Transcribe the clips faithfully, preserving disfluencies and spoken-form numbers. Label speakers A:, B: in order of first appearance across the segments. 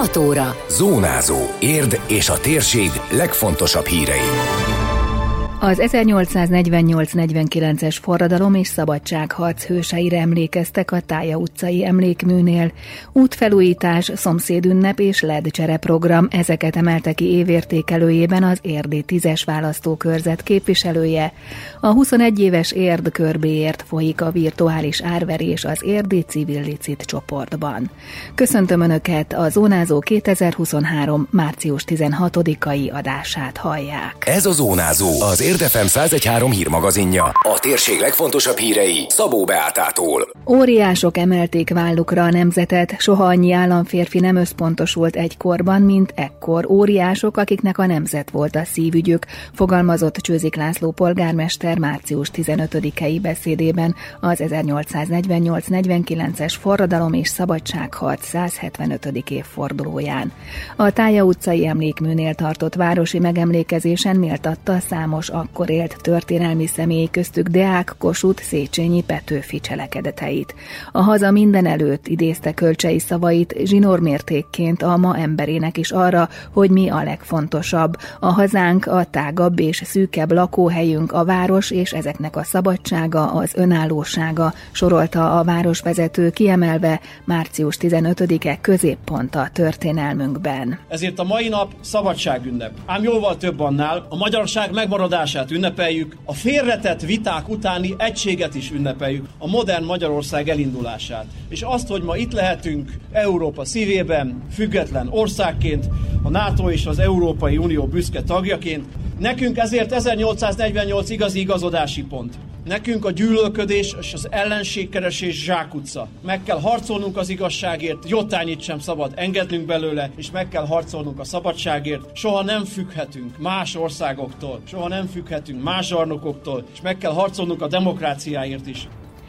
A: hat óra.
B: Zónázó. Érd és a térség legfontosabb hírei.
C: Az ezernyolcszáznegyvennyolc negyvenkilences forradalom és szabadságharc hőseire emlékeztek a Tálya utcai emlékműnél. Útfelújítás, szomszédünnep és el é dé csereprogram, ezeket emelte ki évértékelőjében az érdi tízes választókörzet képviselője. A huszonegy éves Érd körbéért folyik a virtuális árverés az érdi civil licit csoportban. Köszöntöm Önöket, a Zónázó kétezer-huszonhárom. március tizenhatodikai adását hallják.
B: Ez a Zónázó, az Érd ef em száz egy pont három hírmagazinja. A térség legfontosabb hírei Szabó Beátától.
C: Óriások emelték vállukra a nemzetet, soha annyi államférfi nem összpontosult egykorban, mint ekkor. Óriások, akiknek a nemzet volt a szívügyük, fogalmazott Csőzik László polgármester március tizenötödikei beszédében az ezernyolcszáznegyvennyolc negyvenkilences forradalom és szabadságharc százhetvenötödik évfordulóján. A Tálya utcai emlékműnél tartott városi megemlékezésen méltatta számos akkor élt történelmi személy, köztük Deák, Kossuth, Széchenyi, Petőfi cselekedeteit. A haza minden előtt idézte Kölcsey szavait zsinórmértékként a ma emberének is arra, hogy mi a legfontosabb. A hazánk, a tágabb és szűkebb lakóhelyünk, a város és ezeknek a szabadsága, az önállósága, sorolta a városvezető, kiemelve március tizenötödike középpont a történelmünkben.
D: Ezért a mai nap szabadságünnep. Ám jóval több annál, a magyarság megmaradását ünnepeljük, a félretett viták utáni egységet is ünnepeljük, a modern Magyarország elindulását. És azt, hogy ma itt lehetünk Európa szívében, független országként, a NATO és az Európai Unió büszke tagjaként, nekünk ezért ezernyolcszáznegyvennyolc igazi igazodási pont. Nekünk a gyűlölködés és az ellenségkeresés zsákutca. Meg kell harcolnunk az igazságért, jottányit sem szabad engednünk belőle, és meg kell harcolnunk a szabadságért. Soha nem függhetünk más országoktól, soha nem függhetünk más zsarnokoktól, és meg kell harcolnunk a demokráciáért is.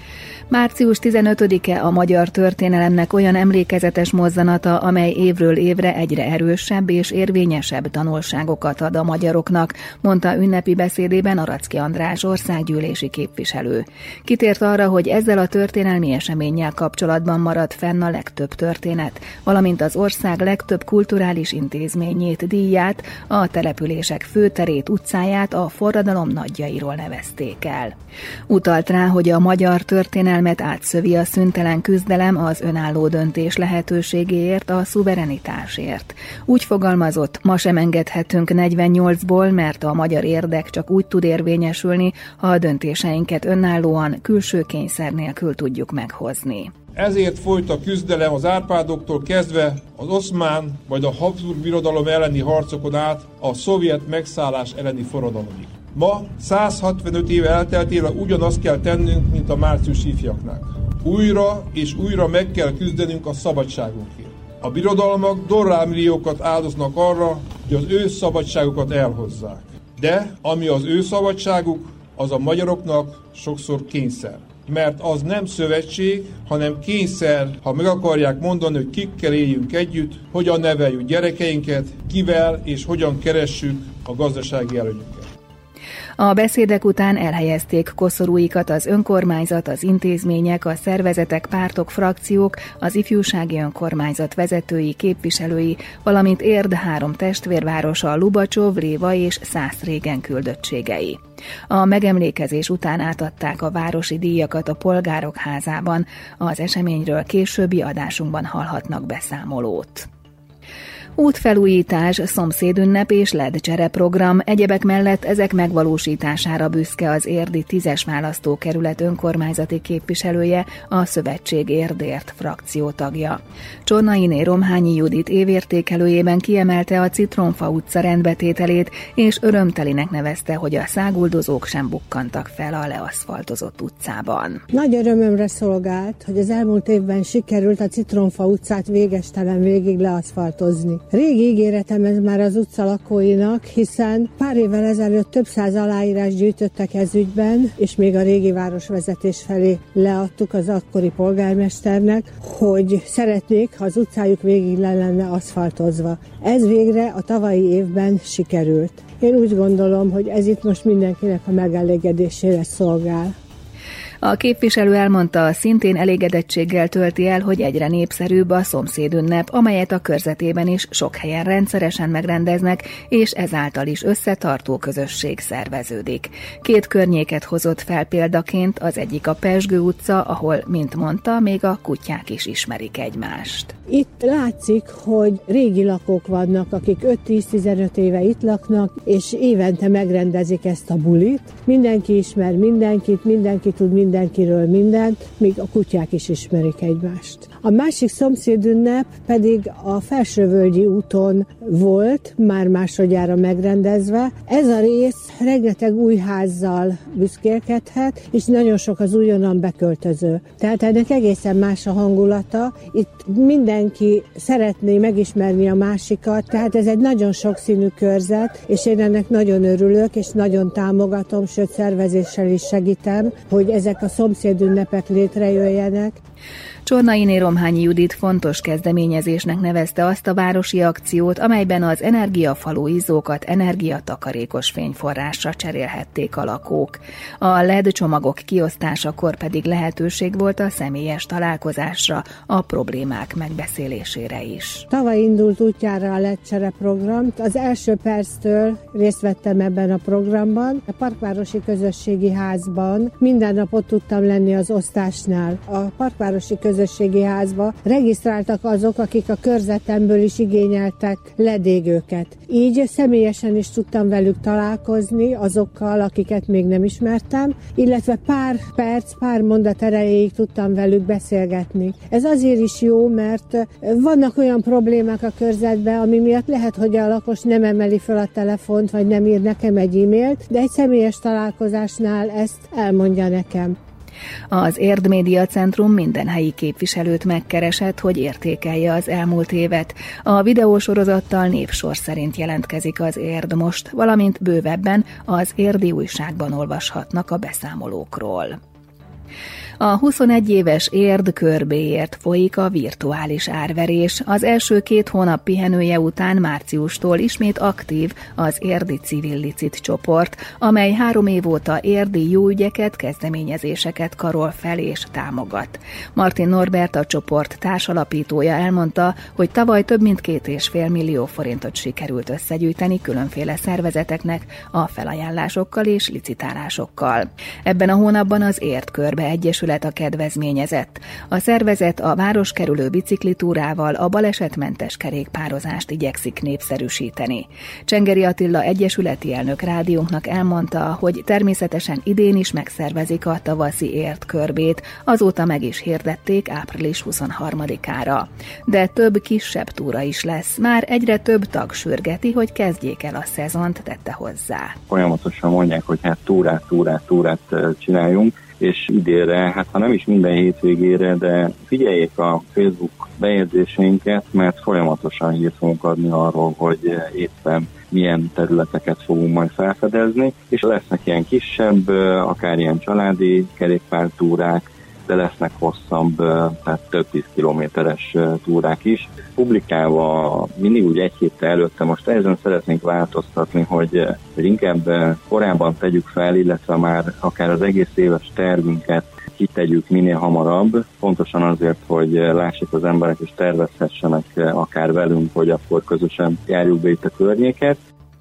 C: március tizenötödike a magyar történelemnek olyan emlékezetes mozzanata, amely évről évre egyre erősebb és érvényesebb tanulságokat ad a magyaroknak, mondta ünnepi beszédében Aracki András országgyűlési képviselő. Kitért arra, hogy ezzel a történelmi eseménnyel kapcsolatban maradt fenn a legtöbb történet, valamint az ország legtöbb kulturális intézményét, díját, a települések főterét, utcáját a forradalom nagyjairól nevezték el. Utalt rá, hogy a magyar történelmet átszövi a szüntelen küzdelem az önálló döntés lehetőségéért, a szuverenitásért. Úgy fogalmazott, ma sem engedhetünk negyvennyolcból, mert a magyar érdek csak úgy tud érvényesülni, ha a döntéseinket önállóan, külső kényszer nélkül tudjuk meghozni.
E: Ezért folyt a küzdelem az Árpádoktól kezdve az oszmán vagy a Habsburg birodalom elleni harcokon át a szovjet megszállás elleni forradalomig. Ma százhatvanöt éve elteltével ugyanazt kell tennünk, mint a márciusi ifjaknak. Újra és újra meg kell küzdenünk a szabadságunkért. A birodalmak dollármilliókat áldoznak arra, hogy az ő szabadságukat elhozzák. De ami az ő szabadságuk, az a magyaroknak sokszor kényszer. Mert az nem szövetség, hanem kényszer, ha meg akarják mondani, hogy kikkel éljünk együtt, hogyan neveljük gyerekeinket, kivel és hogyan keressük a gazdasági előnyünket.
C: A beszédek után elhelyezték koszorúikat az önkormányzat, az intézmények, a szervezetek, pártok, frakciók, az ifjúsági önkormányzat vezetői, képviselői, valamint Érd három testvérvárosa, Lubacsov, Léva és Szászrégen küldöttségei. A megemlékezés után átadták a városi díjakat a Polgárok Házában. Az eseményről későbbi adásunkban hallhatnak beszámolót. Útfelújítás, szomszédünnep és el é dé csereprogram, egyebek mellett ezek megvalósítására büszke az érdi tízes választókerület önkormányzati képviselője, a Szövetség Érdért frakció tagja. Csornainé Romhányi Judit évértékelőjében kiemelte a Citromfa utca rendbetételét, és örömtelinek nevezte, hogy a száguldozók sem bukkantak fel a leaszfaltozott utcában.
F: Nagy örömömre szolgált, hogy az elmúlt évben sikerült a Citromfa utcát végestelen végig leaszfaltozni. Régi ígéretem ez már az utca lakóinak, hiszen pár évvel ezelőtt több száz aláírás gyűjtöttek ez ügyben, és még a régi városvezetés felé leadtuk az akkori polgármesternek, hogy szeretnék, ha az utcájuk végig le lenne aszfaltozva. Ez végre a tavalyi évben sikerült. Én úgy gondolom, hogy ez itt most mindenkinek a megelégedésére szolgál.
C: A képviselő elmondta, szintén elégedettséggel tölti el, hogy egyre népszerűbb a szomszédünnep, amelyet a körzetében is sok helyen rendszeresen megrendeznek, és ezáltal is összetartó közösség szerveződik. Két környéket hozott fel példaként, az egyik a Pezsgő utca, ahol, mint mondta, még a kutyák is ismerik egymást.
F: Itt látszik, hogy régi lakók vannak, akik öt-tíz-tizenöt éve itt laknak, és évente megrendezik ezt a bulit. Mindenki ismer mindenkit, mindenki tud mindenkiről mindent, míg a kutyák is ismerik egymást. A másik szomszédünnep pedig a Felsővölgyi úton volt, már másodjára megrendezve. Ez a rész rengeteg új házzal büszkélkedhet, és nagyon sok az újonnan beköltöző. Tehát ennek egészen más a hangulata. Itt mindenki szeretné megismerni a másikat, tehát ez egy nagyon sokszínű körzet, és én ennek nagyon örülök, és nagyon támogatom, sőt szervezéssel is segítem, hogy ezek a szomszédünnepek létrejöjjenek.
C: Csornainé Romhányi Judit fontos kezdeményezésnek nevezte azt a városi akciót, amelyben az energiafalú izzókat energiatakarékos fényforrásra cserélhették a lakók. A el é dé csomagok kiosztásakor pedig lehetőség volt a személyes találkozásra, a problémák megbeszélésére is.
F: Tavaly indult útjára a el é dé csere program. Az első perctől részt vettem ebben a programban. A Parkvárosi Közösségi Házban minden nap ott tudtam lenni az osztásnál. A Parkvárosi Közösségi Házba regisztráltak azok, akik a körzetemből is igényeltek ledégőket. Így személyesen is tudtam velük találkozni, azokkal, akiket még nem ismertem, illetve pár perc, pár mondat erejéig tudtam velük beszélgetni. Ez azért is jó, mert vannak olyan problémák a körzetben, ami miatt lehet, hogy a lakos nem emeli fel a telefont, vagy nem ír nekem egy e-mailt, de egy személyes találkozásnál ezt elmondja nekem.
C: Az Érd Média Centrum minden helyi képviselőt megkeresett, hogy értékelje az elmúlt évet. A videósorozattal névsor szerint jelentkezik az Érd Most, valamint bővebben az Érdi Újságban olvashatnak a beszámolókról. A huszonegy éves Érd körbéért folyik a virtuális árverés. Az első két hónap pihenője után márciustól ismét aktív az érdi civil licit csoport, amely három év óta érdi jó ügyeket, kezdeményezéseket karol fel és támogat. Martin Norbert, a csoport társalapítója elmondta, hogy tavaly több mint két és fél millió forintot sikerült összegyűjteni különféle szervezeteknek a felajánlásokkal és licitálásokkal. Ebben a hónapban az Érd Körbe Egyesület a kedvezményezett. A szervezet a városkerülő biciklitúrával a balesetmentes kerékpározást igyekszik népszerűsíteni. Csengeri Attila egyesületi elnök rádiónknak elmondta, hogy természetesen idén is megszervezik a tavaszi Érd körbét, azóta meg is hirdették április huszonharmadikára. De több kisebb túra is lesz, már egyre több tag sürgeti, hogy kezdjék el a szezont, tette hozzá.
A: Folyamatosan mondják, hogy hát túrát, túrát, túrát csináljunk, és idénre, hát ha nem is minden hétvégére, de figyeljék a Facebook bejegyzéseinket, mert folyamatosan hírt fogunk adni arról, hogy éppen milyen területeket fogunk majd felfedezni, és lesznek ilyen kisebb, akár ilyen családi kerékpártúrák, de lesznek hosszabb, tehát több tíz kilométeres túrák is. Publikálva mindig úgy egy héttel előtte, most ezen szeretnénk változtatni, hogy, hogy inkább korábban tegyük fel, illetve már akár az egész éves tervünket kitegyük minél hamarabb, pontosan azért, hogy lássák az emberek és tervezhessenek akár velünk, hogy akkor közösen járjuk be itt a környéket.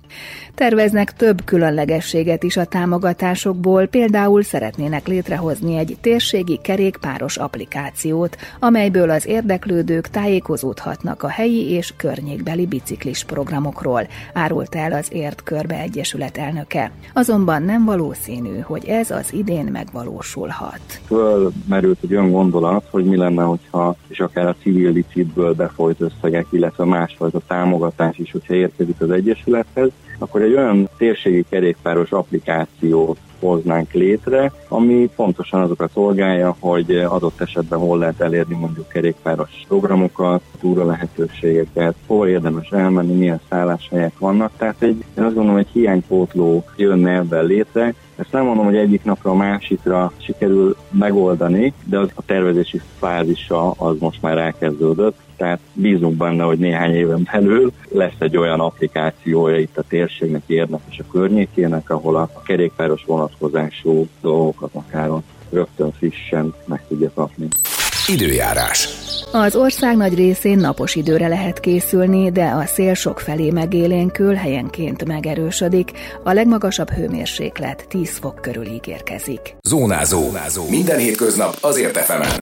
C: Terveznek több különlegességet is a támogatásokból, például szeretnének létrehozni egy térségi kerékpáros applikációt, amelyből az érdeklődők tájékozódhatnak a helyi és környékbeli biciklis programokról, árulta el az Érd Körbe Egyesület elnöke. Azonban nem valószínű, hogy ez az idén megvalósulhat.
A: Fölmerült egy olyan gondolat, hogy mi lenne, hogyha és akár a civil licitből befolyt összegek, illetve másfajta támogatás is, hogyha érkezik az Egyesülethez, akkor egy olyan térségi kerékpáros applikációt hoznánk létre, ami pontosan azokat szolgálja, hogy adott esetben hol lehet elérni mondjuk kerékpáros programokat, túra lehetőségeket, hol érdemes elmenni, milyen szálláshelyek vannak. Tehát egy, én azt gondolom, egy hiánypótló jönne ebben létre. Ezt nem mondom, hogy egyik napra a másikra sikerül megoldani, de az a tervezési fázisa az most már elkezdődött. Tehát bízunk benne, hogy néhány éven belül lesz egy olyan applikációja itt a térségnek, Érdnek és a környékének, ahol a kerékpáros vonatkozású dolgokat akár rögtön frissen meg tudja kapni.
B: Időjárás.
C: Az ország nagy részén napos időre lehet készülni, de a szél sokfelé megélénkül, helyenként megerősödik. A legmagasabb hőmérséklet tíz fok körül ígérkezik.
B: Zónázó. Minden hétköznap azért ef emen.